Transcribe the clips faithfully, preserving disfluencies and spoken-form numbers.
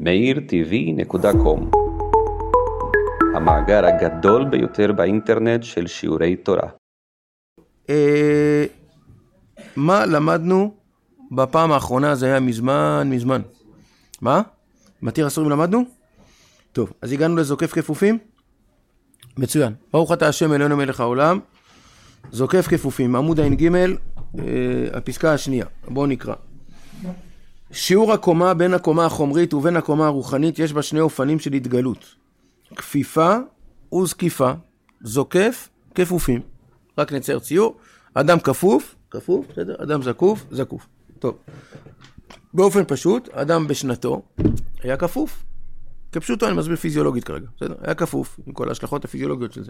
מאיר טי וי נקודה קום, המאגר הגדול ביותר באינטרנט של שיעורי תורה. מה למדנו בפעם האחרונה? זה היה מזמן מזמן. מה? מתיר אסורים למדנו? טוב, אז הגענו לזוקף כפופים? מצוין. ברוך אתה השם אלוהינו מלך העולם. זוקף כפופים, עמוד עין ג', הפסקה השנייה. בואו נקרא. שיעור הקומה בין הקומה החומרית ובין הקומה הרוחנית יש בה שני אופנים של התגלות. כפיפה וזקיפה. זוקף כפופים. רק נצייר ציור. אדם כפוף, כפוף, בסדר? אדם זקוף, זקוף. טוב. באופן פשוט, אדם בשנתו היה כפוף. כפשוטו, אני מסביר פיזיולוגית כרגע, בסדר? היה כפוף, עם כל ההשלכות הפיזיולוגיות של זה.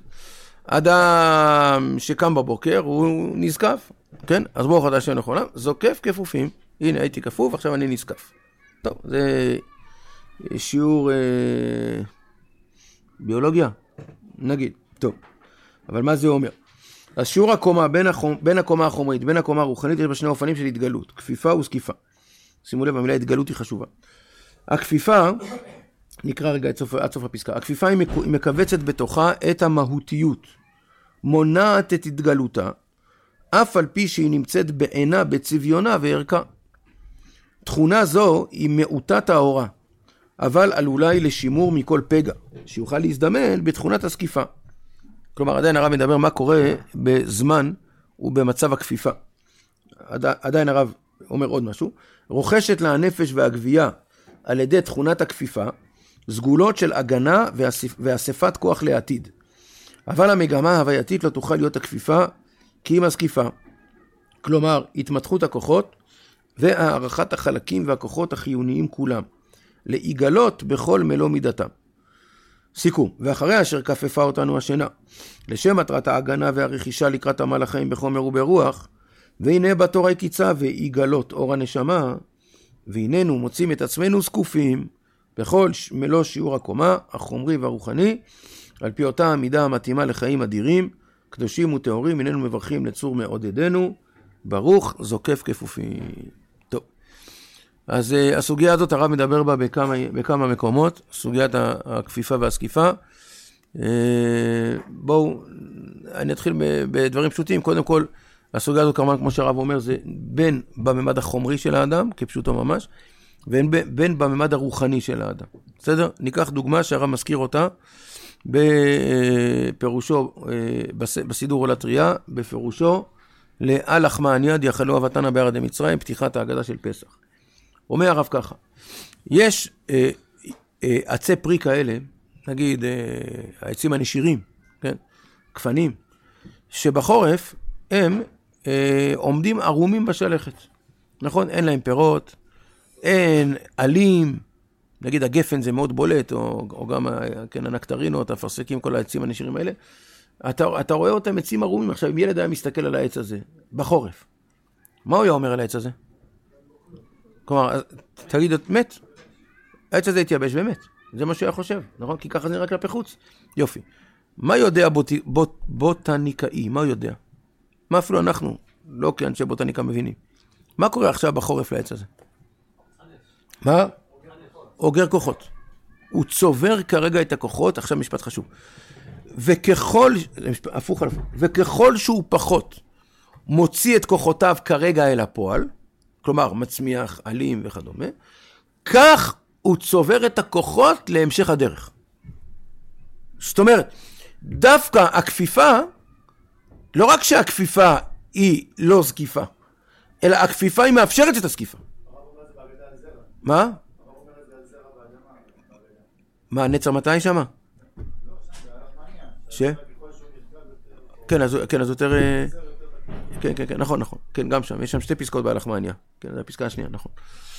אדם שקם בבוקר, הוא נזקף, כן? אז ברוך אתה השם נכונה, זוקף כפופים. הנה, הייתי כפוף, עכשיו אני נזקף. טוב, זה שיעור אה, ביולוגיה, נגיד. טוב, אבל מה זה אומר? אז שיעור הקומה, בין, החומ... בין הקומה החומרית, בין הקומה הרוחנית, יש בה שני אופנים של התגלות, כפיפה וזקיפה. שימו לב, המילה התגלות היא חשובה. הכפיפה, נקרא רגע עד סוף, עד סוף הפסקה, הכפיפה היא מקבצת בתוכה את המהותיות, מונעת את התגלותה, אף על פי שהיא נמצאת בעינה, בצביונה וערכה. תכונה זו היא מעוטת האורה, אבל עלולה היא לשימור מכל פגע, שיוכל להזדמן בתכונת הסקיפה. כלומר, עדיין הרב מדבר מה קורה בזמן ובמצב הכפיפה. עדיין הרב אומר עוד משהו. רוכשת לה הנפש והגבייה על ידי תכונת הכפיפה, סגולות של הגנה ואספת כוח לעתיד. אבל המגמה ההווייתית לא תוכל להיות הכפיפה כי היא מסקיפה. כלומר, התמתחות הכוחות והערכת החלקים והכוחות החיוניים כולם, להיגלות בכל מלוא מידתם. סיכום, ואחרי אשר כפפה אותנו השינה, לשם מטרת ההגנה והרכישה לקראת עמל החיים בחומר וברוח, והנה בתורה קיצה והיגלות אור הנשמה, והננו מוצאים את עצמנו זקופים, בכל מלוא שיעור הקומה, החומרי והרוחני, על פי אותה המידה המתאימה לחיים אדירים, קדושים וטהורים, הננו מברכים לצור מעודדנו, ברוך זוקף כפופים. טוב, אז uh, הסוגיה הזאת הרב מדבר בה בכמה, בכמה מקומות, סוגיית הכפיפה והסקיפה. Uh, בואו, אני אתחיל בדברים פשוטים. קודם כל, הסוגיה הזאת כמובן, כמו שהרב אומר, זה בין בממד החומרי של האדם, כפשוטו ממש, ובין בין בממד הרוחני של האדם. בסדר? ניקח דוגמה שהרב מזכיר אותה, בפירושו, בסידור עולת טריה, בפירושו, לאל לחמניה דיחלו אהבתנה בארץ מצרים, פתיחת ההגדה של פסח. אומר הרב ככה, יש אה, אה, עצי פרי כאלה, נגיד אה, העצים הנשירים, כן? כפנים, שבחורף הם אה, עומדים ערומים בשלכת. נכון? אין להם פירות, אין עלים, נגיד הגפן זה מאוד בולט, או, או גם כן, הנקטרינות, הפרסקים, כל העצים הנשירים האלה. אתה, אתה רואה אותם עצים ערומים. עכשיו, אם ילד היה מסתכל על העץ הזה, בחורף, מה הוא היה אומר על העץ הזה? כלומר, תגיד, את מת? העץ הזה התייבש ומת. זה מה שהוא היה חושב, נכון? כי ככה זה נראה כלפי חוץ. יופי. מה יודע בוט, בוט, בוטניקאי? מה הוא יודע? מה אפילו אנחנו, לא כאנשי בוטניקה מבינים. מה קורה עכשיו בחורף לעץ הזה? מה? אוגר כוחות. הוא צובר כרגע את הכוחות, עכשיו משפט חשוב. וככל, הפוך על הפוך, וככל שהוא פחות מוציא את כוחותיו כרגע אל הפועל, כלומר מצמיח, עלים וכדומה, כך הוא צובר את הכוחות להמשך הדרך. זאת אומרת, דווקא הכפיפה, לא רק שהכפיפה היא לא זקיפה, אלא הכפיפה היא מאפשרת את הסקיפה. מה? מה, נצר מתי שמה? ש? כן, אז, כן, אז יותר... כן, כן, כן, נכון, נכון. כן, גם שם. יש שם שתי פסקאות בהלחמניה. כן, זו הפסקה השנייה, נכון.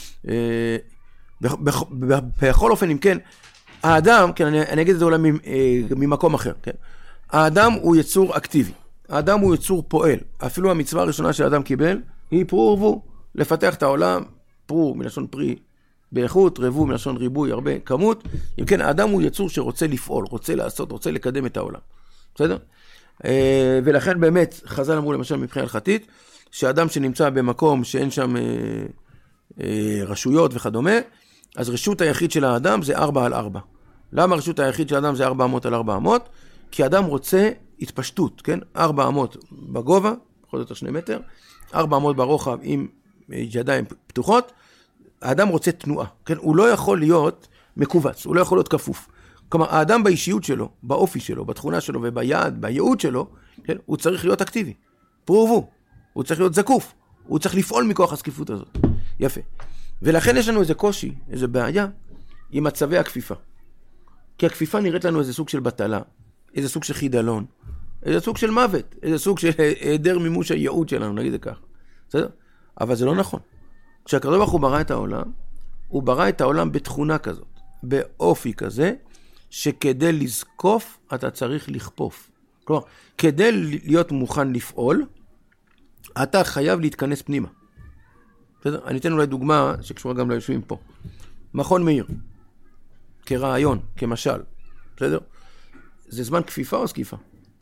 בכל אופן, אם כן, האדם, כן, אני, אני אגיד את זה אולי ממקום אחר, כן. האדם הוא יצור אקטיבי. האדם הוא יצור פועל. אפילו המצווה הראשונה שהאדם קיבל, היא פרו ורבו. לפתח את העולם, פרו מלשון פרי באיכות, רבו מלשון ריבוי, הרבה כמות. אם כן, האדם הוא יצור שרוצה לפעול, רוצה לעשות, רוצה לקדם את העולם. בסדר? ולכן באמת, חז"ל אמרו למשל מבחינה הלכתית, שאדם שנמצא במקום שאין שם רשויות וכדומה, אז רשות היחיד של האדם זה ארבע על ארבע. למה רשות היחיד של האדם זה ארבע אמות על ארבע אמות? כי האדם רוצה התפשטות, כן? ארבע אמות בגובה, בכל זאת שני מטר, ארבע אמות ברוחב עם ידיים פתוחות, האדם רוצה תנועה, כן? הוא לא יכול להיות מקובץ, הוא לא יכול להיות כפוף. כלומר, האדם באישיות שלו, באופי שלו, בתכונה שלו וביעד, בייעוד שלו, כן? הוא צריך להיות אקטיבי. פרובו, הוא צריך להיות זקוף, הוא צריך לפעול מכוח הסקיפות הזאת. יפה. ולכן יש לנו איזה קושי, איזה בעיה, עם מצבי הכפיפה. כי הכפיפה נראית לנו איזה סוג של בטלה, איזה סוג של חידלון, איזה סוג של מוות, איזה סוג של היעדר מימוש הייעוד שלנו, נגיד זה כך. בסדר? אבל זה לא נכון. כשהקדוש ברוך הוא ברא את העולם, הוא ברא את העולם בתכונה כזאת, באופי כזה, שכדי לזקוף אתה צריך לכפוף. כלומר, כדי להיות מוכן לפעול, אתה חייב להתכנס פנימה. בסדר? אני אתן אולי דוגמה שקשורה גם ליושבים פה. מכון מאיר, כרעיון, כמשל, בסדר? זה זמן כפיפה או סקיפה?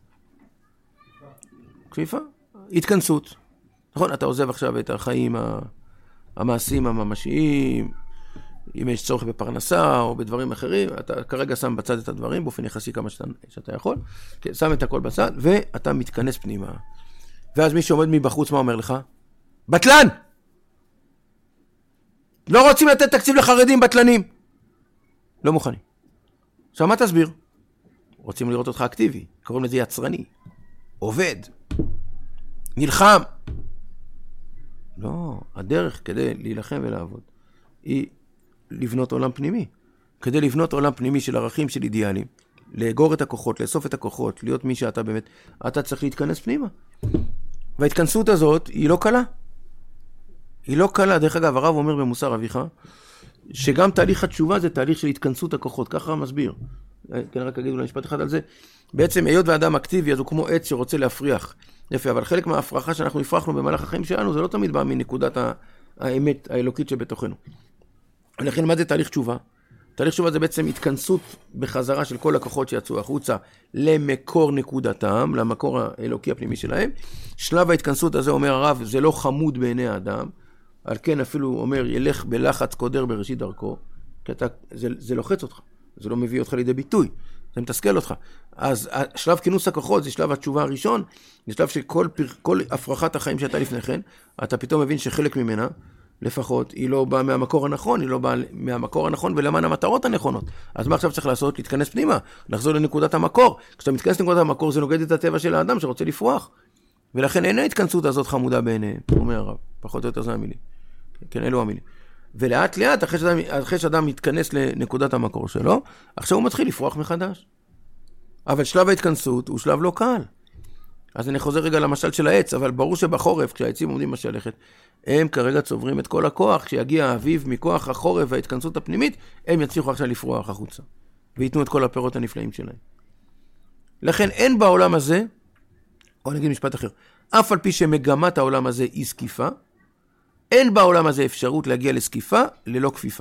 כפיפה? התכנסות. נכון, אתה עוזב עכשיו את החיים המעשיים הממשיים, אם יש צורך בפרנסה או בדברים אחרים, אתה כרגע שם בצד את הדברים, באופן יחסי כמה שאתה, שאתה יכול, שם את הכל בצד, ואתה מתכנס פנימה. ואז מי שעומד מבחוץ, מה אומר לך? בטלן! לא רוצים לתת תקציב לחרדים, בטלנים! לא מוכנים. עכשיו, מה תסביר? רוצים לראות אותך אקטיבי, קוראים לזה יצרני, עובד, נלחם. לא, הדרך כדי להילחם ולעבוד היא לבנות עולם פנימי. כדי לבנות עולם פנימי של ערכים, של אידיאלים, לאגור את הכוחות, לאסוף את הכוחות, להיות מי שאתה באמת, אתה צריך להתכנס פנימה. וההתכנסות הזאת היא לא קלה. היא לא קלה. דרך אגב, הרב אומר במוסר אביך, שגם תהליך התשובה זה תהליך של התכנסות הכוחות, ככה מסביר. כן, רק אגיד אולי משפט אחד על זה. בעצם, היות ואדם אקטיבי, אז הוא כמו עץ שרוצה להפריח. יפה, אבל חלק מההפרחה שאנחנו הפרחנו במהלך החיים שלנו, זה לא תמיד בא מנקודת האמת האלוקית שבתוכנו. ולכן, מה זה תהליך תשובה? תהליך תשובה זה בעצם התכנסות בחזרה של כל הכוחות שיצאו החוצה למקור נקודתם, למקור האלוקי הפנימי שלהם. שלב ההתכנסות הזה, אומר הרב, זה לא חמוד בעיני האדם, על כן אפילו אומר, ילך בלחץ קודר בראשית דרכו, כי אתה, זה, זה לוחץ אותך, זה לא מביא אותך לידי ביטוי, זה מתסכל אותך. אז שלב כינוס הכוחות זה שלב התשובה הראשון, זה שלב שכל פר, כל הפרחת החיים שהייתה לפני כן, אתה פתאום מבין שחלק ממנה, לפחות, היא לא באה מהמקור הנכון, היא לא באה מהמקור הנכון ולמען המטרות הנכונות. אז מה עכשיו צריך לעשות? להתכנס פנימה, לחזור לנקודת המקור. כשאתה מתכנס לנקודת המקור, זה נוגד את הטבע של האדם שרוצה לפרוח. ולכן אין ההתכנסות הזאת חמודה בעיניהם, אומר הרב, פחות או יותר זה המילים. כן, אלו המילים. ולאט לאט, אחרי שאדם, אחרי שאדם מתכנס לנקודת המקור שלו, עכשיו הוא מתחיל לפרוח מחדש. אבל שלב ההתכנסות הוא שלב לא קל. אז אני חוזר רגע למשל של העץ, אבל ברור שבחורף, כשהעצים עומדים בשלכת, הם כרגע צוברים את כל הכוח, כשיגיע האביב מכוח החורף וההתכנסות הפנימית, הם יצליחו עכשיו לפרוח החוצה, ויתנו את כל הפירות הנפלאים שלהם. לכן אין בעולם הזה, או נגיד משפט אחר, אף על פי שמגמת העולם הזה היא סקיפה, אין בעולם הזה אפשרות להגיע לסקיפה ללא כפיפה.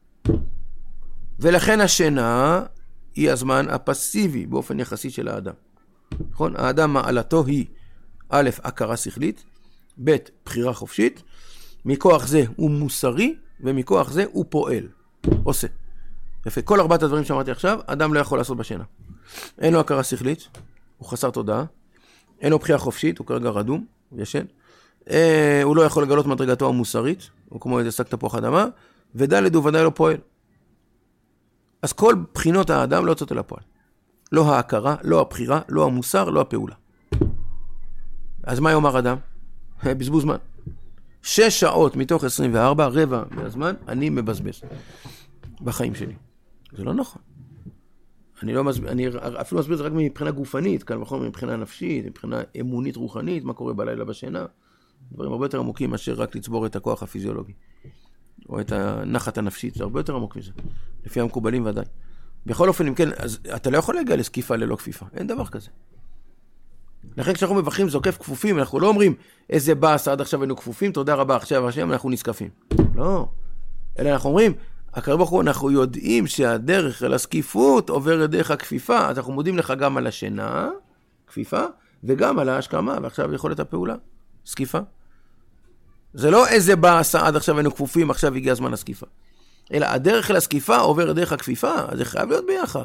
ולכן השינה היא הזמן הפסיבי באופן יחסי של האדם. נכון? האדם מעלתו היא א', הכרה שכלית, ב', בחירה חופשית, מכוח זה הוא מוסרי, ומכוח זה הוא פועל, עושה. יפה, כל ארבעת הדברים שאמרתי עכשיו, אדם לא יכול לעשות בשינה. אין לו הכרה שכלית, הוא חסר תודעה, אין לו בחירה חופשית, הוא כרגע רדום, הוא ישן, אה, הוא לא יכול לגלות מדרגתו המוסרית, הוא כמו איזה שק תפוח אדמה, וד' הוא ודאי לא פועל. אז כל בחינות האדם לא יוצאות אל הפועל. לא ההכרה, לא הבחירה, לא המוסר, לא הפעולה. אז מה יאמר אדם? בזבוז זמן. שש שעות מתוך עשרים וארבע, רבע מהזמן, אני מבזבז בחיים שלי. זה לא נכון. אני, לא מסב... אני אפילו מסביר את זה רק מבחינה גופנית, כאן וחומר מבחינה נפשית, מבחינה אמונית רוחנית, מה קורה בלילה בשינה. דברים הרבה יותר עמוקים מאשר רק לצבור את הכוח הפיזיולוגי. או את הנחת הנפשית, זה הרבה יותר עמוק מזה. לפי המקובלים ודאי. בכל אופן, אם כן, אז אתה לא יכול להגיע לסקיפה ללא כפיפה. אין דבר כזה. לכן כשאנחנו מברכים זוקף כפופים, אנחנו לא אומרים איזה באס עד עכשיו היינו כפופים, תודה רבה, עכשיו השם אנחנו נזקפים. לא. אלא אנחנו אומרים, הקרוב ברוך הוא, אנחנו יודעים שהדרך אל הסקיפות עוברת דרך הכפיפה, אז אנחנו מודים לך גם על השינה, כפיפה, וגם על ההשכמה, ועכשיו יכולת הפעולה, סקיפה. זה לא איזה באס עד עכשיו היינו כפופים, עכשיו הגיע הזמן הסקיפה. אלא הדרך אל הזקיפה עובר דרך הכפיפה, אז זה חייב להיות ביחד.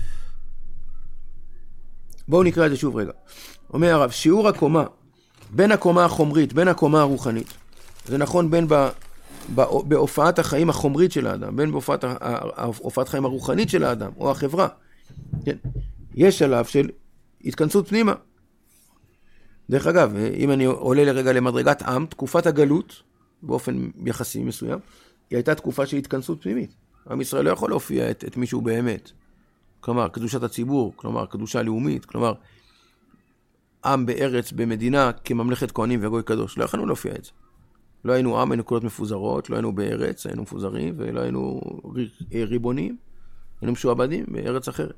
בואו נקרא את זה שוב רגע. אומר הרב, שיעור הקומה, בין הקומה החומרית, בין הקומה הרוחנית, זה נכון בין ב, ב, בהופעת החיים החומרית של האדם, בין בהופעת ההופעת החיים הרוחנית של האדם, או החברה. כן. יש שלב של התכנסות פנימה. דרך אגב, אם אני עולה לרגע למדרגת עם, תקופת הגלות, באופן יחסי מסוים, היא הייתה תקופה של התכנסות פנימית. עם ישראל לא יכול להופיע את, את מישהו באמת. כלומר, קדושת הציבור, כלומר, קדושה לאומית, כלומר, עם בארץ, במדינה, כממלכת כהנים וגוי קדוש. לא יכולנו להופיע את זה. לא היינו עם, היינו קולות מפוזרות, לא היינו בארץ, היינו מפוזרים, ולא היינו ריבונים, היינו משועבדים בארץ אחרת.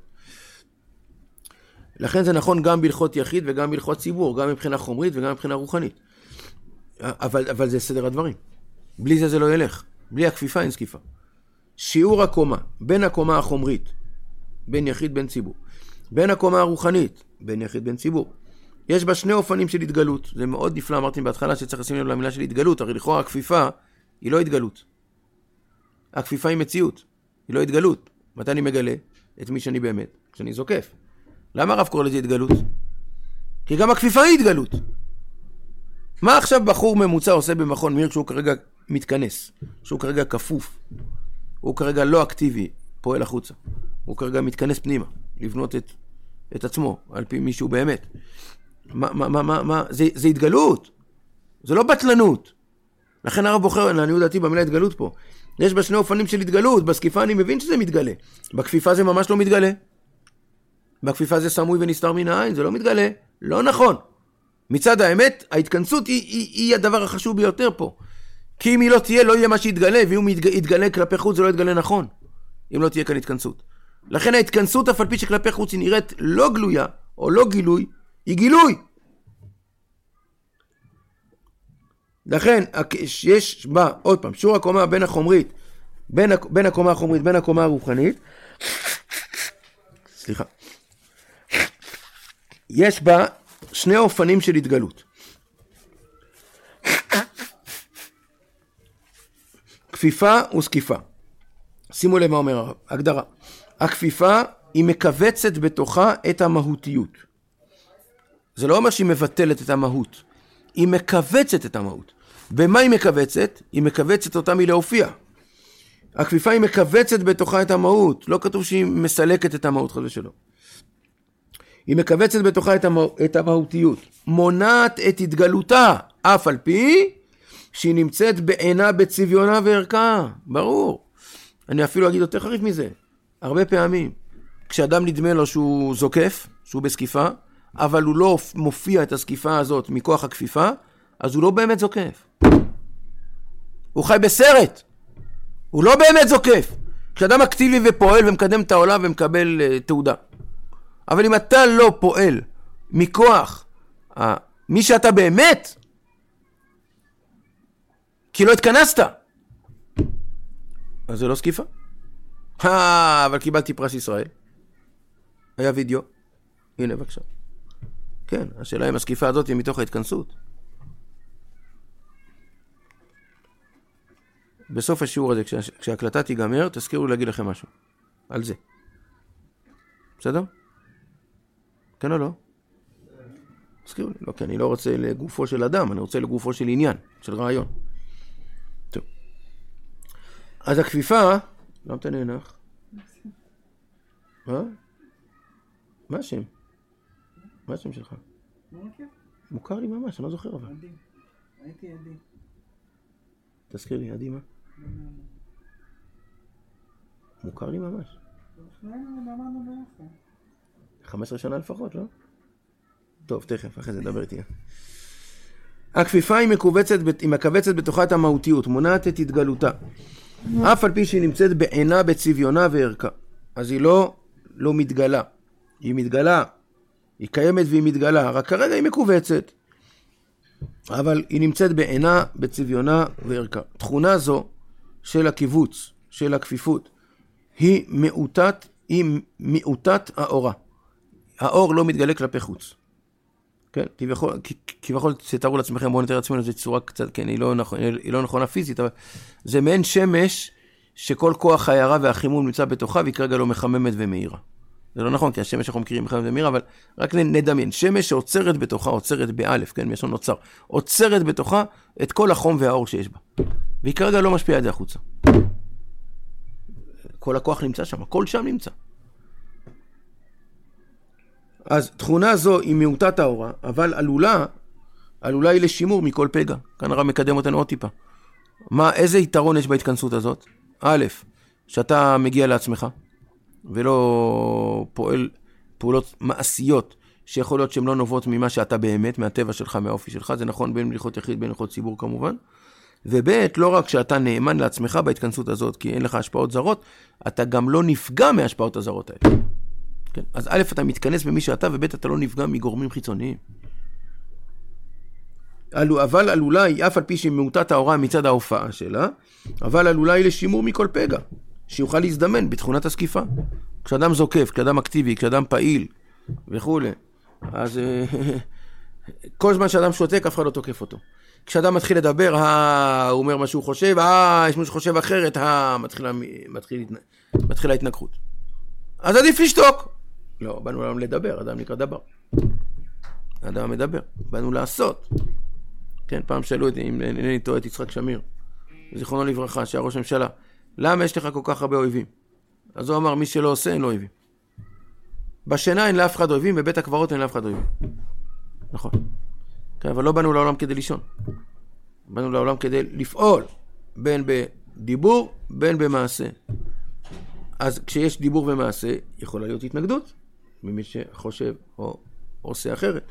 לכן זה נכון גם בהלכות יחיד וגם בהלכות ציבור, גם מבחינה חומרית וגם מבחינה רוחנית. אבל, אבל זה סדר הדברים. בלי זה זה לא ילך. בלי הכפיפה אין זקיפה. שיעור הקומה, בין הקומה החומרית, בין יחיד בין ציבור, בין הקומה הרוחנית, בין יחיד בין ציבור, יש בה שני אופנים של התגלות. זה מאוד נפלא, אמרתי בהתחלה שצריך לשים לב למילה של התגלות, הרי לכאורה הכפיפה היא לא התגלות. הכפיפה היא מציאות, היא לא התגלות. מתי אני מגלה את מי שאני באמת? כשאני זוקף. למה הרב קורא לזה התגלות? כי גם הכפיפה היא התגלות. מה עכשיו בחור ממוצע עושה במכון מיר כשהוא כרגע מתכנס? שהוא כרגע כפוף. הוא כרגע לא אקטיבי, פועל החוצה. הוא כרגע מתכנס פנימה, לבנות את, את עצמו, על פי מישהו באמת. מה, מה, מה, מה, מה? זה, זה התגלות. זה לא בטלנות. לכן הרב בוחר, לעניות דעתי במילה התגלות פה. יש בה שני אופנים של התגלות. בסקיפה אני מבין שזה מתגלה. בכפיפה זה ממש לא מתגלה. בכפיפה זה סמוי ונסתר מן העין, זה לא מתגלה. לא נכון. מצד האמת, ההתכנסות היא, היא, היא הדבר החשוב ביותר פה. כי אם היא לא תהיה, לא יהיה מה שיתגלה, ואם היא יתגלה כלפי חוץ, זה לא יתגלה נכון. אם לא תהיה כאן התכנסות. לכן ההתכנסות, אף על פי שכלפי חוץ היא נראית לא גלויה, או לא גילוי, היא גילוי. לכן, יש בה, עוד פעם, שיעור הקומה בין החומרית, בין, בין הקומה החומרית, בין הקומה הרוחנית, סליחה, יש בה שני אופנים של התגלות. כפיפה וזקיפה. שימו לב מה אומר הגדרה. הכפיפה היא מקבצת בתוכה את המהותיות. זה לא אומר שהיא מבטלת את המהות. היא מקבצת את המהות. במה היא מקבצת? היא מקבצת אותה מלהופיע. הכפיפה היא מקבצת בתוכה את המהות. לא כתוב שהיא מסלקת את המהות, חס ושלום. היא מקבצת בתוכה את, המה... את המהותיות. מונעת את התגלותה, אף על פי שהיא נמצאת בעינה בצביונה וערכה. ברור. אני אפילו אגיד יותר חריף מזה. הרבה פעמים, כשאדם נדמה לו שהוא זוקף, שהוא בסקיפה, אבל הוא לא מופיע את הסקיפה הזאת מכוח הכפיפה, אז הוא לא באמת זוקף. הוא חי בסרט. הוא לא באמת זוקף. כשאדם אקטיבי ופועל ומקדם את העולם ומקבל uh, תעודה. אבל אם אתה לא פועל מכוח uh, מי שאתה באמת, כי לא התכנסת, אז זה לא סקיפה. אה, אבל קיבלתי פרס ישראל. היה וידאו. הנה, בבקשה. כן, השאלה אם הסקיפה הזאת היא מתוך ההתכנסות. בסוף השיעור הזה, כשה, כשהקלטה תיגמר, תזכירו להגיד לכם משהו. על זה. בסדר? כן או לא? תזכירו לי. לא, כי אני לא רוצה לגופו של אדם, אני רוצה לגופו של עניין, של רעיון. טוב. אז הכפיפה, למה אתה נאנח? מה? מה השם? מה השם שלך? מוכר לי ממש, אני לא זוכר אבל. עדי. הייתי עדי. תזכיר לי, עדי מה? מוכר לי ממש. חמש עשרה שנה לפחות, לא? טוב, תכף, אחרי זה נדבר איתי. הכפיפה היא מקובצת, היא מקבצת בתוכה את המהותיות, מונעת את התגלותה. אף על פי שהיא נמצאת בעינה בצביונה וערכה. אז היא לא, לא מתגלה. היא מתגלה. היא קיימת והיא מתגלה. רק כרגע היא מקובצת. אבל היא נמצאת בעינה בצביונה וערכה. תכונה זו של הקיבוץ, של הכפיפות, היא מעוטת, היא מעוטת האורה. האור לא מתגלה כלפי חוץ. כן, כביכול, כביכול תתארו לעצמכם, בואו נתאר לעצמנו, זו צורה קצת, כן, היא לא, נכון, היא לא נכונה פיזית, אבל זה מעין שמש שכל כוח ההערה והחימום נמצא בתוכה, והיא כרגע לא מחממת ומאירה. זה לא נכון, כי השמש שאנחנו מכירים מחממת ומאירה, אבל רק נדמיין, שמש שעוצרת בתוכה, עוצרת באלף, כן, יש לנו נוצר, עוצרת בתוכה את כל החום והאור שיש בה. והיא כרגע לא משפיעה את זה החוצה. כל הכוח נמצא שם, הכל שם נמצא. אז תכונה זו היא מעוטת האורה, אבל עלולה, עלולה היא לשימור מכל פגע. כאן הרב מקדם אותנו עוד טיפה. מה, איזה יתרון יש בהתכנסות הזאת? א', שאתה מגיע לעצמך, ולא פועל פעולות מעשיות, שיכול להיות שהן לא נובעות ממה שאתה באמת, מהטבע שלך, מהאופי שלך, זה נכון בין הלכות יחיד, בין הלכות ציבור כמובן. וב', לא רק שאתה נאמן לעצמך בהתכנסות הזאת, כי אין לך השפעות זרות, אתה גם לא נפגע מהשפעות הזרות האלה. כן? אז א', אתה מתכנס במי שאתה, וב', אתה לא נפגע מגורמים חיצוניים. אבל עלולה היא, אף על פי שהיא מעוטת האורה מצד ההופעה שלה, אבל עלולה היא לשימור מכל פגע, שיוכל להזדמן בתכונת הסקיפה. כשאדם זוקף, כשאדם אקטיבי, כשאדם פעיל וכו'. אז כל זמן שאדם שותק, אף אחד לא תוקף אותו. כשאדם מתחיל לדבר, הוא אומר מה שהוא חושב, יש מישהו שחושב אחרת, מתחילה, מתחיל, מתחילה התנגחות. אז עדיף לשתוק. לא, באנו לעולם לדבר, אדם נקרא דבר. אדם מדבר, באנו לעשות. כן, פעם שאלו אותי, אם אינני טועה את יצחק שמיר, זיכרונו לברכה, שהיה ראש ממשלה, למה יש לך כל כך הרבה אויבים? אז הוא אמר, מי שלא עושה, אין לו אויבים. בשינה אין לאף אחד אויבים, בבית הקברות אין לאף אחד אויבים. נכון. כן, אבל לא באנו לעולם כדי לישון. באנו לעולם כדי לפעול, בין בדיבור, בין במעשה. אז כשיש דיבור ומעשה, יכולה להיות התנגדות, ממי שחושב או עושה אחרת.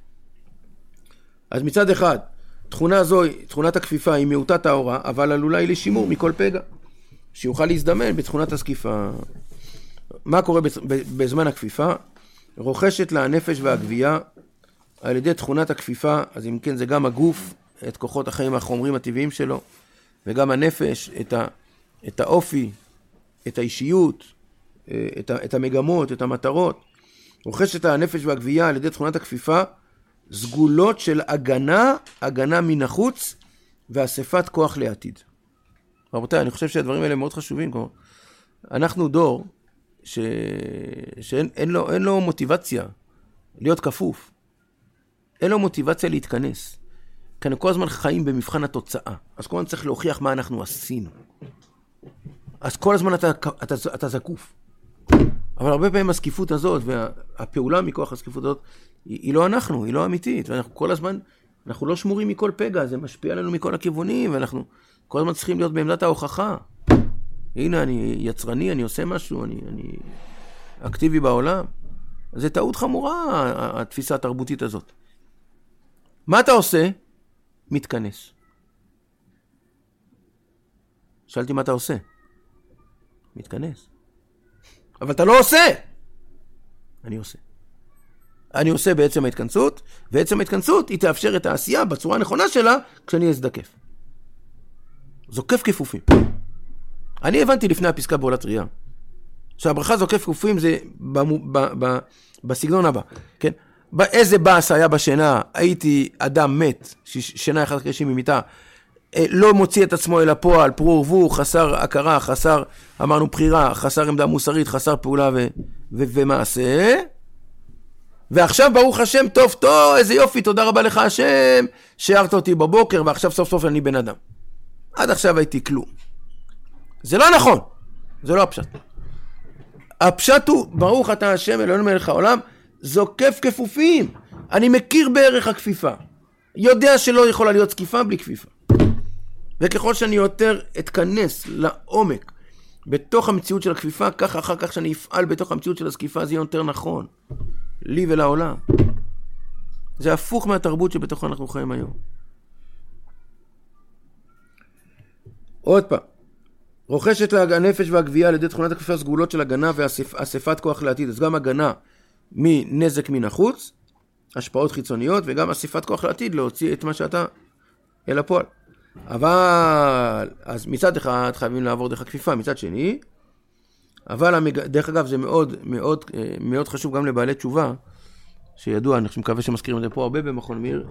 אז מצד אחד, תכונה זו, תכונת הכפיפה היא מעוטת האורה, אבל עלולה היא לשימור מכל פגע, שיוכל להזדמן בתכונת הסקיפה. מה קורה בזמן הכפיפה? רוכשת לה הנפש והגבייה על ידי תכונת הכפיפה, אז אם כן זה גם הגוף, את כוחות החיים החומרים הטבעיים שלו, וגם הנפש, את, ה, את האופי, את האישיות, את, ה, את המגמות, את המטרות. רוכשת לה הנפש והגבייה על ידי תכונת הכפיפה, סגולות של הגנה, הגנה מן החוץ, ואספת כוח לעתיד. רבותיי, אני חושב שהדברים האלה מאוד חשובים. כמו, אנחנו דור ש... שאין אין לו, אין לו מוטיבציה להיות כפוף. אין לו מוטיבציה להתכנס. כי כל הזמן חיים במבחן התוצאה. אז כל הזמן צריך להוכיח מה אנחנו עשינו. אז כל הזמן אתה, אתה, אתה זקוף. אבל הרבה פעמים הסקיפות הזאת, והפעולה מכוח הסקיפות הזאת, היא, היא לא אנחנו, היא לא אמיתית. ואנחנו כל הזמן, אנחנו לא שמורים מכל פגע, זה משפיע עלינו מכל הכיוונים, ואנחנו כל הזמן צריכים להיות בעמדת ההוכחה. הנה, אני יצרני, אני עושה משהו, אני, אני אקטיבי בעולם. זה טעות חמורה, התפיסה התרבותית הזאת. מה אתה עושה? מתכנס. שאלתי מה אתה עושה? מתכנס. אבל אתה לא עושה! אני עושה. אני עושה בעצם ההתכנסות, ועצם ההתכנסות היא תאפשר את העשייה בצורה הנכונה שלה כשאני אזדקף. זוקף כפופים. אני הבנתי לפני הפסקה בעולת ראייה, שהברכה זוקף כפופים זה במו, ב, ב, בסגנון הבא, כן? איזה באס היה בשינה, הייתי אדם מת, שינה אחד קשי ממיטה, לא מוציא את עצמו אל הפועל, פרו ורבו, חסר הכרה, חסר, אמרנו בחירה, חסר עמדה מוסרית, חסר פעולה ו, ו, ומעשה, ועכשיו ברוך השם, טוב טוב, איזה יופי, תודה רבה לך השם, שערת אותי בבוקר, ועכשיו סוף סוף אני בן אדם. עד עכשיו הייתי כלום. זה לא נכון, זה לא הפשט. הפשט הוא, ברוך אתה השם, אלוהינו מלך העולם, זוקף כפופים. אני מכיר בערך הכפיפה. יודע שלא יכולה להיות זקיפה בלי כפיפה. וככל שאני יותר אתכנס לעומק בתוך המציאות של הכפיפה, כך אחר כך שאני אפעל בתוך המציאות של הזקיפה, זה יהיה יותר נכון. לי ולעולם. זה הפוך מהתרבות שבתוכה אנחנו חיים היום. עוד פעם. רוכשת לה הנפש והגבייה על ידי תכונת הכפיפה סגולות של הגנה ואספת כוח לעתיד. אז גם הגנה מנזק מן החוץ, השפעות חיצוניות, וגם אספת כוח לעתיד להוציא את מה שאתה אל הפועל. אבל, אז מצד אחד חייבים לעבור דרך הכפיפה, מצד שני, אבל המג... דרך אגב זה מאוד מאוד מאוד חשוב גם לבעלי תשובה, שידוע, אני מקווה שמזכירים את זה פה הרבה במכון מאיר,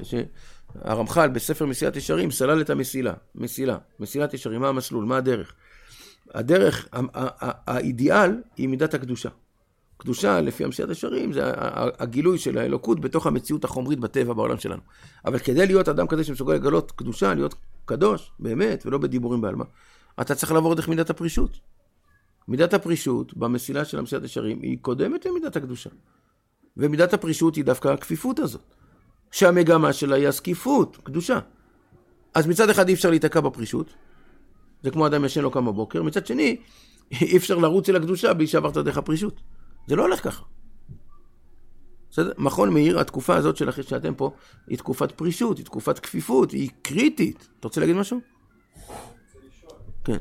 שהרמח"ל בספר מסילת ישרים סלל את המסילה, מסילה, מסילת ישרים, מה המסלול, מה הדרך. הדרך, האידיאל היא מידת הקדושה. קדושה, לפי המסיעת ישרים, זה הגילוי של האלוקות בתוך המציאות החומרית בטבע בעולם שלנו. אבל כדי להיות אדם כזה שמסוגל לגלות קדושה, להיות קדוש, באמת, ולא בדיבורים בעלמא, אתה צריך לעבור דרך מידת הפרישות. מידת הפרישות, במסילה של המסיעת ישרים, היא קודמת למידת הקדושה. ומידת הפרישות היא דווקא הכפיפות הזאת. שהמגמה שלה היא הסקיפות, קדושה. אז מצד אחד אי אפשר להתעקע בפרישות, זה כמו אדם ישן לו כמה בוקר, מצד שני, אי אפשר לרוץ אל הקדושה בלי שעברת דרך הפרישות. זה לא הולך ככה. בסדר? מכון מאיר, התקופה הזאת שלכם שאתם פה, היא תקופת פרישות, היא תקופת כפיפות, היא קריטית. אתה רוצה להגיד משהו? כן.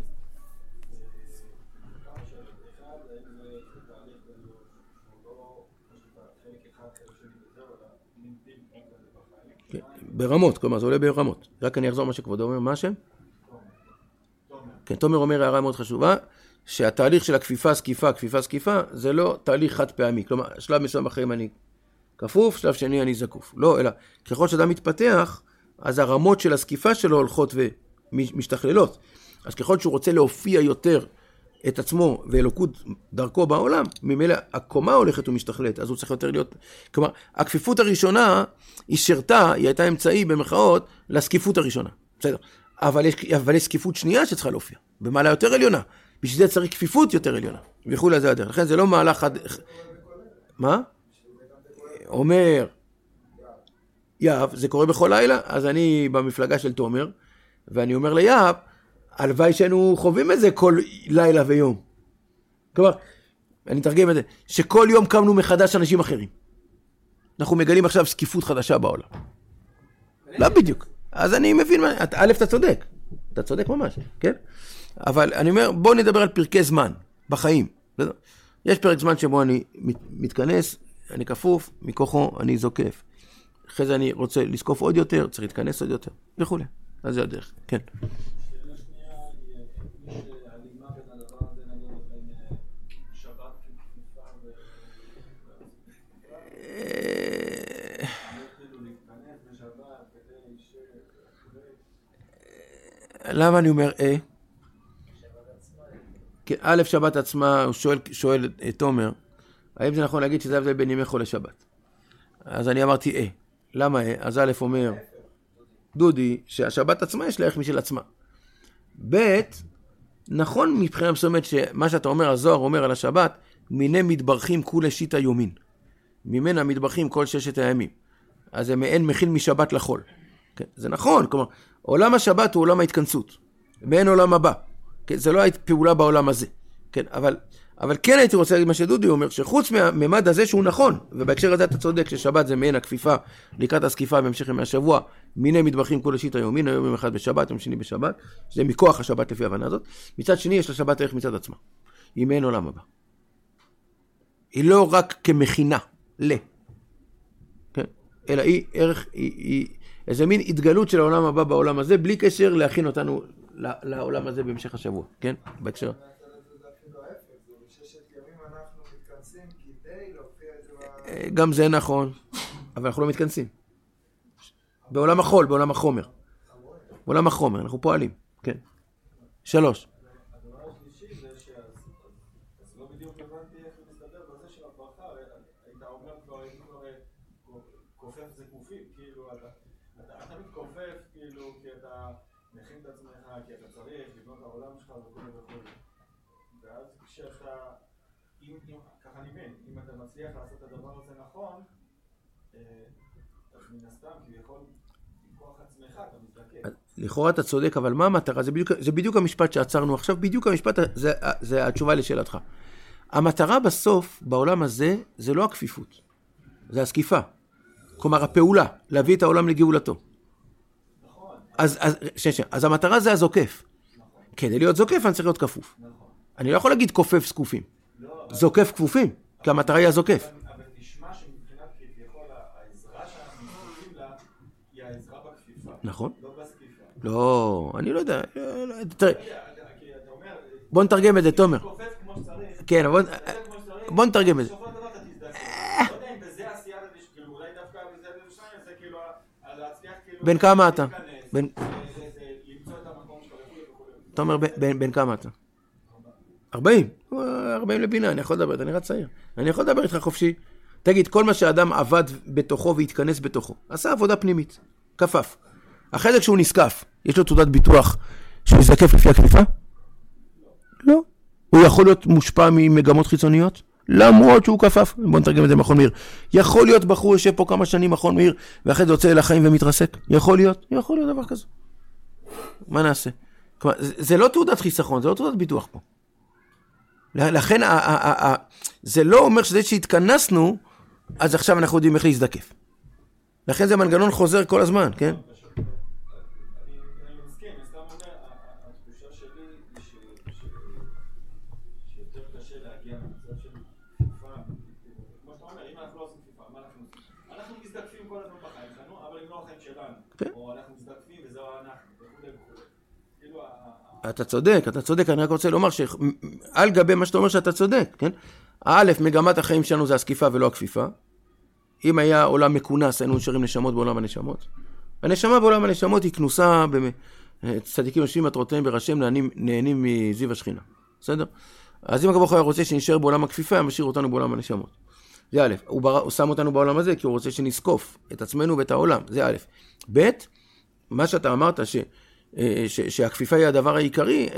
ברמות, כלומר זה עולה ברמות. רק אני אחזור מה שכבודו אומר, מה השם? כן, תומר אומר הערה מאוד חשובה, שהתהליך של הכפיפה, סקיפה, כפיפה, סקיפה, זה לא תהליך חד פעמי. כלומר, שלב מסוים בחיים אני כפוף, שלב שני אני זקוף. לא, אלא ככל שאדם מתפתח, אז הרמות של הסקיפה שלו הולכות ומשתכללות. אז ככל שהוא רוצה להופיע יותר את עצמו ואלוקות דרכו בעולם, ממילא הקומה הולכת ומשתכללת, אז הוא צריך יותר להיות... כלומר, הכפיפות הראשונה היא שרתה, היא הייתה אמצעי במחאות לסקיפות הראשונה. בסדר. אבל יש, אבל יש סקיפות שנייה שצריכה להופיע, במעלה יותר עליונה. בשביל זה צריך כפיפות יותר עליונה. וכו' לזה הדרך. לכן זה לא מעלה חד... מה? אומר, יאב, זה קורה בכל לילה, אז אני במפלגה של תומר, ואני אומר ליאב, הלוואי שהיינו חווים את זה כל לילה ויום. כלומר, אני תרגם את זה, שכל יום קמנו מחדש אנשים אחרים. אנחנו מגלים עכשיו סקיפות חדשה בעולם. לא בדיוק. אז אני מבין, א', אתה צודק. אתה צודק ממש, כן? אבל אני אומר, בוא נדבר על פרקי זמן, בחיים. יש פרק זמן שבו אני מתכנס, אני כפוף, מכוחו אני זוקף. אחרי זה אני רוצה לסקוף עוד יותר, צריך להתכנס עוד יותר, וכו'. אז זה הדרך, כן. למה אני אומר אה? א', שבת עצמה, הוא שואל, שואל את תומר, האם זה נכון להגיד שזה הבדל בין ימי חול לשבת? אז אני אמרתי אה. למה אה? אז א' אומר, דודי, שהשבת עצמה יש לה ערך משל עצמה. ב', נכון מבחינה מסוימת שמה שאתה אומר, הזוהר אומר על השבת, מיני מתברכים כולי שיטה יומין. ממנה מתברכים כל ששת הימים. אז זה מעין מכיל משבת לחול. כן, זה נכון, כלומר, עולם השבת הוא עולם ההתכנסות, ואין עולם הבא. כן, זה לא פעולה בעולם הזה. כן, אבל, אבל כן הייתי רוצה להגיד מה שדודי אומר, שחוץ מהממד הזה שהוא נכון, ובהקשר הזה אתה צודק ששבת זה מעין הכפיפה, לקראת הסקיפה בהמשך ימי השבוע, מיני מתברכים כל השיט היומין, היום יום אחד בשבת, יום שני בשבת, שזה מכוח השבת לפי ההבנה הזאת. מצד שני יש לשבת ערך מצד עצמה, היא מעין עולם הבא. היא לא רק כמכינה, ל. כן, אלא היא ערך, היא, היא איזה מין התגלות של העולם הבא בעולם הזה, בלי קשר להכין אותנו לעולם הזה בהמשך השבוע, כן? בהקשר. גם זה נכון, אבל אנחנו לא מתכנסים. בעולם החול, בעולם החומר. בעולם החומר, אנחנו פועלים, כן. שלוש. הדבר השלישי זה שאז לא בדיוק הבנתי איך מסתדר בזה של הברכה, היית אומר כבר, הייתי כבר כופף זה קופים, כאילו אתה תמיד כופף, כאילו כי אתה מכין את עצמך, כי אתה צריך לבנות העולם שלך וכו' וכו'. ואז כשאתה, ככה אני מבין, אם אתה מצליח לעשות את הדבר הזה נכון, אז מן הסתם, כביכול, מכוח עצמך אתה מתרכז. לכאורה אתה צודק, אבל מה המטרה? זה בדיוק, זה בדיוק המשפט שעצרנו עכשיו, בדיוק המשפט, זה, זה התשובה לשאלתך. המטרה בסוף, בעולם הזה, זה לא הכפיפות, זה הסקיפה. כלומר, הפעולה, להביא את העולם לגאולתו. נכון. אז, אז, שש, אז המטרה זה הזוקף. נכון. כדי להיות זוקף, אני צריך להיות כפוף. נכון. אני לא יכול להגיד כופף סקופים. לא, זוקף כפופים, כי המטרה היא הזוקף. אבל נשמע שמבחינת כביכול העזרה שאנחנו זוקים לה, היא העזרה בכפיפה. נכון. לא בסקיפה. לא, אני לא יודע. תראה, כי אתה אומר, בוא נתרגם את זה, תומר. כופף כמו שצריך. כן, בוא, בוא נתרגם את זה. בסופו של דבר אתה תזדקק. לא יודע אם בזה עשייה, כאילו אולי דווקא בזה ובשניים, זה כאילו להצליח כאילו... בן כמה אתה? בן... למצוא את המקום שלך וכו' וכו'. תומר, בן כמה אתה? ארבעים. ארבעים לבינה, אני יכול לדבר, אתה נראה צעיר. אני יכול לדבר איתך חופשי. תגיד, כל מה שהאדם עבד בתוכו והתכנס בתוכו, עשה עבודה פנימית, כפף. אחרי זה כשהוא נזקף, יש לו תעודת ביטוח שהוא יזקף לפי הכפיפה? לא. הוא יכול להיות מושפע ממגמות חיצוניות? למרות שהוא כפף. בוא נתרגם את זה מכון מאיר. יכול להיות בחור יושב פה כמה שנים מכון מאיר, ואחרי זה יוצא אל החיים ומתרסק? יכול להיות? יכול להיות דבר כזה. מה נעשה? כלומר, זה לא תעודת חיסכון, זה לא תעודת ביטוח פה. לכן, זה לא אומר שזה שהתכנסנו, אז עכשיו אנחנו יודעים איך להזדקף. לכן זה מנגנון חוזר כל הזמן, כן? אני מסכים, אני סתם אומר, התחושה שלי היא שיותר קשה להגיע למצב של כפיפה. כמו שאתה אומר, אם אנחנו לא עושים כפיפה, מה אנחנו עושים? אנחנו מזדקפים כל הזמן בחיים שלנו, אבל הם לא החיים שלנו. או אנחנו מזדקפים וזהו אנחנו, וכו' וכו'. אתה צודק, אתה צודק, אני רק רוצה לומר שעל גבי מה שאתה אומר שאתה צודק, כן? א', מגמת החיים שלנו זה הסקיפה ולא הכפיפה. אם היה עולם מקונס, היינו נשארים נשמות בעולם הנשמות. הנשמה בעולם הנשמות היא כנוסה, צדיקים יושבים מטרותיהם בראשיהם, נהנים, נהנים מזיו השכינה. בסדר? אז אם הקדוש ברוך הוא רוצה שנשאר בעולם הכפיפה, הוא משאיר אותנו בעולם הנשמות. זה א', הוא, בר... הוא שם אותנו בעולם הזה, כי הוא רוצה שנזקוף את עצמנו ואת העולם. זה א'. ב', מה שאתה אמרת, ש... ש... שהכפיפה היא הדבר העיקרי,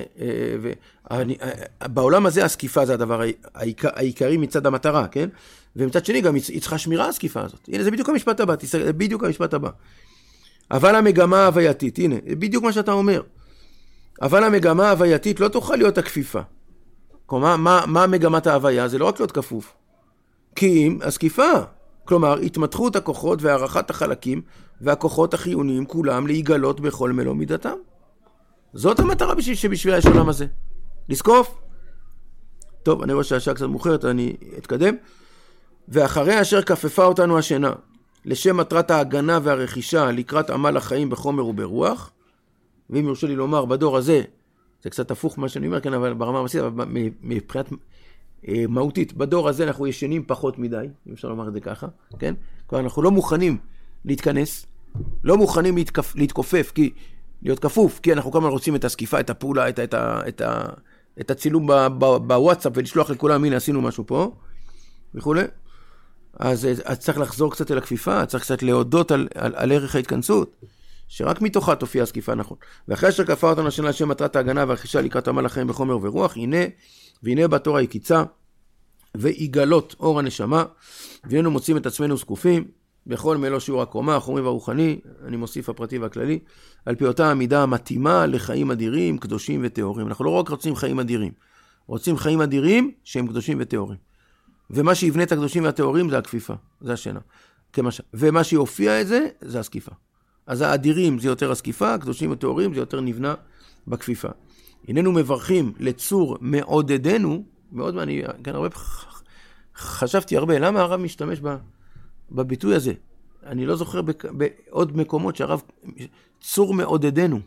בעולם הזה הסקיפה זה הדבר העיקרי מצד המטרה, כן? ומצד שני גם היא צריכה שמירה הסקיפה הזאת. הנה, זה בדיוק המשפט הבא, זה בדיוק המשפט הבא. אבל המגמה ההווייתית, הנה, זה בדיוק מה שאתה אומר. אבל המגמה ההווייתית לא תוכל להיות הכפיפה. כלומר, מה, מה מגמת ההוויה? זה לא רק להיות כפוף. כי אם הסקיפה, כלומר, התמתחות הכוחות והערכת החלקים והכוחות החיוניים כולם להיגלות בכל מלוא מידתם. זאת המטרה בשביל שבשבילה יש עולם הזה. לזקוף. טוב, אני רואה שהשעה קצת מאוחרת, אני אתקדם. ואחרי אשר כפפה אותנו השינה, לשם מטרת ההגנה והרכישה לקראת עמל החיים בחומר וברוח, ואם יורשה לי לומר, בדור הזה, זה קצת הפוך מה שאני אומר כאן, אבל ברמה המעשית, אבל מבחינת מהותית, בדור הזה אנחנו ישנים פחות מדי, אם אפשר לומר את זה ככה, כן? כלומר, אנחנו לא מוכנים להתכנס, לא מוכנים להתכפ, להתכופף, כי, להיות כפוף, כי אנחנו כמה רוצים את הסקיפה, את הפעולה, את, את, את, את, את הצילום בוואטסאפ, ולשלוח לכולם, הנה עשינו משהו פה, וכו'. אז, אז צריך לחזור קצת אל הכפיפה, צריך קצת להודות על, על, על ערך ההתכנסות, שרק מתוכה תופיע הסקיפה נכון. ואחרי שכפה אותנו השנה לשם מטרת ההגנה והרכישה לקראת עמל החיים בחומר ורוח, הנה, והנה בתורה הקיצה, ויגלות אור הנשמה, והיינו מוצאים את עצמנו זקופים, בכל מלוא שיעור הקומה, החומרי והרוחני, אני מוסיף הפרטי והכללי, על פי אותה המידה המתאימה לחיים אדירים, קדושים וטהורים. אנחנו לא רק רוצים חיים אדירים, רוצים חיים אדירים שהם קדושים וטהורים. ומה שיבנה את הקדושים והטהורים זה הכפיפה, זה השינה. כמשל. ומה שיופיע את זה, זה הסקיפה. אז האדירים זה יותר הסקיפה, הקדושים וטהורים זה יותר נבנה בכפיפה. הננו מברכים לצור מעודדנו, מאוד מעניין, כאן הרבה חשבתי הרבה, למה הרב משתמש בביטוי הזה? אני לא זוכר בעוד מקומות שהרב צור מעודדנו.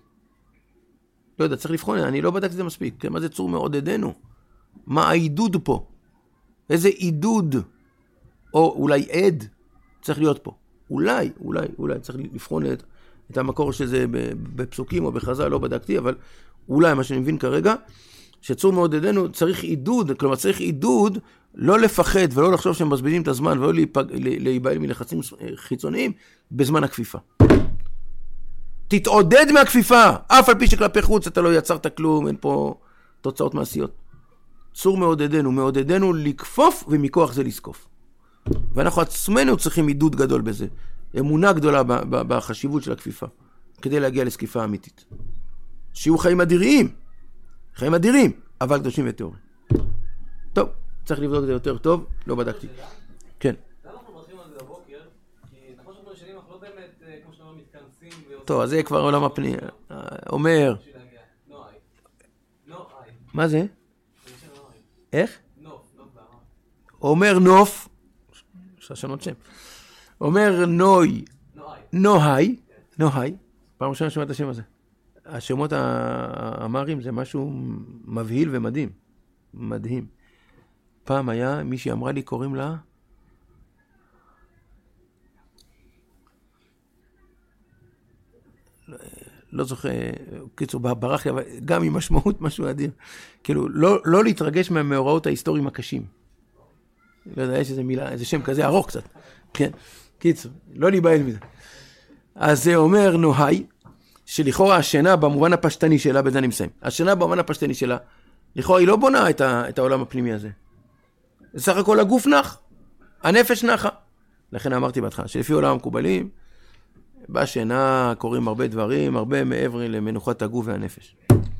לא יודע, צריך לבחון, אני לא בדקתי את זה מספיק. מה זה צור מעודדנו? מה העידוד פה? איזה עידוד, או אולי עד, צריך להיות פה. אולי, אולי, אולי, צריך לבחון את, את המקור שזה בפסוקים או בחז"ל, לא בדקתי, אבל אולי מה שאני מבין כרגע, שצור מעודדנו צריך עידוד, כלומר צריך עידוד לא לפחד ולא לחשוב שהם מבזבזים את הזמן ולא להיבהל מלחצים חיצוניים בזמן הכפיפה. תתעודד מהכפיפה, אף על פי שכלפי חוץ אתה לא יצרת כלום, אין פה תוצאות מעשיות. צור מעודדנו, מעודדנו לכפוף ומכוח זה לזקוף. ואנחנו עצמנו צריכים עידוד גדול בזה, אמונה גדולה בחשיבות של הכפיפה, כדי להגיע לזקיפה אמיתית. שיהיו חיים אדירים, חיים אדירים, אבל קדושים וטהורים. טוב, צריך לבדוק את זה יותר טוב, לא בדקתי. כן. למה אנחנו מברכים על זה בבוקר? כי נכון שאנחנו ישנים, אנחנו לא באמת, כמו שאנחנו מתכנסים טוב, אז זה כבר עולם הפני. אומר. מה זה? איך? נוף, נוף בערב. אומר נוף, אפשר לשנות שם. אומר נוי, נוהי, נוהי, פעם ראשונה שומעת את השם הזה. השמות האמרים זה משהו מבהיל ומדהים, מדהים. פעם היה מישהי אמרה לי, קוראים לה, לא לא זוכר, קיצור, ברח לי, אבל גם עם משמעות משהו אדיר. כאילו, לא, לא להתרגש מהמאורעות ההיסטוריים הקשים. לא יודע, יש איזה מילה, איזה שם כזה ארוך קצת. כן, קיצור, לא להיבהל מזה. אז זה אומר נוהי, שלכאורה השינה במובן הפשטני שלה, בזה אני מסיים. השינה במובן הפשטני שלה, לכאורה היא לא בונה את, ה, את העולם הפנימי הזה. זה סך הכל הגוף נח, הנפש נחה. לכן אמרתי בהתחלה, שלפי עולם המקובלים, בשינה קוראים הרבה דברים, הרבה מעבר למנוחת הגוף והנפש.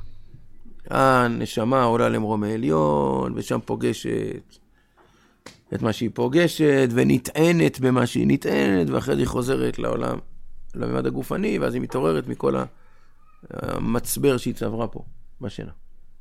הנשמה עולה למרום העליון, ושם פוגשת את מה שהיא פוגשת, ונטענת במה שהיא נטענת, ואחרי זה היא חוזרת לעולם, לממד הגופני, ואז היא מתעוררת מכל המצבר שהיא צברה פה, בשינה.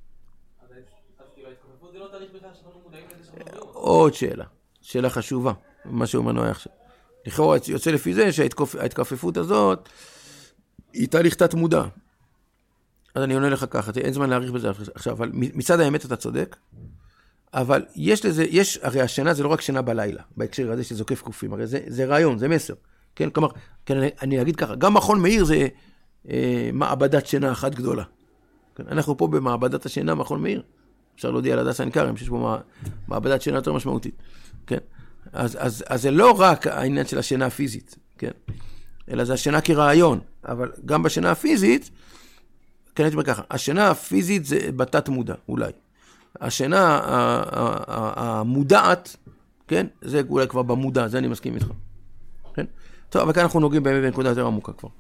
עוד שאלה, שאלה חשובה, מה שאומר נוהי עכשיו. לכאורה יוצא לפי זה שההתכופפות הזאת היא תהליך תת מודע. אז אני עונה לך ככה, אין זמן להאריך בזה עכשיו, אבל מצד האמת אתה צודק, אבל יש לזה, יש, הרי השינה זה לא רק שינה בלילה, בהקשר הזה שזוקף קופים, הרי זה, זה רעיון, זה מסר. כן, כלומר, כן, אני, אני אגיד ככה, גם מכון מאיר זה אה, מעבדת שינה אחת גדולה. כן, אנחנו פה במעבדת השינה, מכון מאיר. אפשר להודיע על הדסה עין כרם, שיש פה מעבדת שינה יותר משמעותית. כן. אז, אז, אז זה לא רק העניין של השינה הפיזית, כן? אלא זה השינה כרעיון, אבל גם בשינה הפיזית, כן, אני אומר ככה, השינה הפיזית זה בתת מודע, אולי. השינה המודעת, כן? זה אולי כבר במודע, זה אני מסכים איתך. כן? טוב, אבל כאן אנחנו נוגעים באמת בנקודה יותר עמוקה כבר.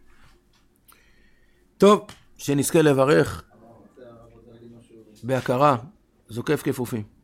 טוב, שנזכה לברך בהכרה, זוקף כפופים.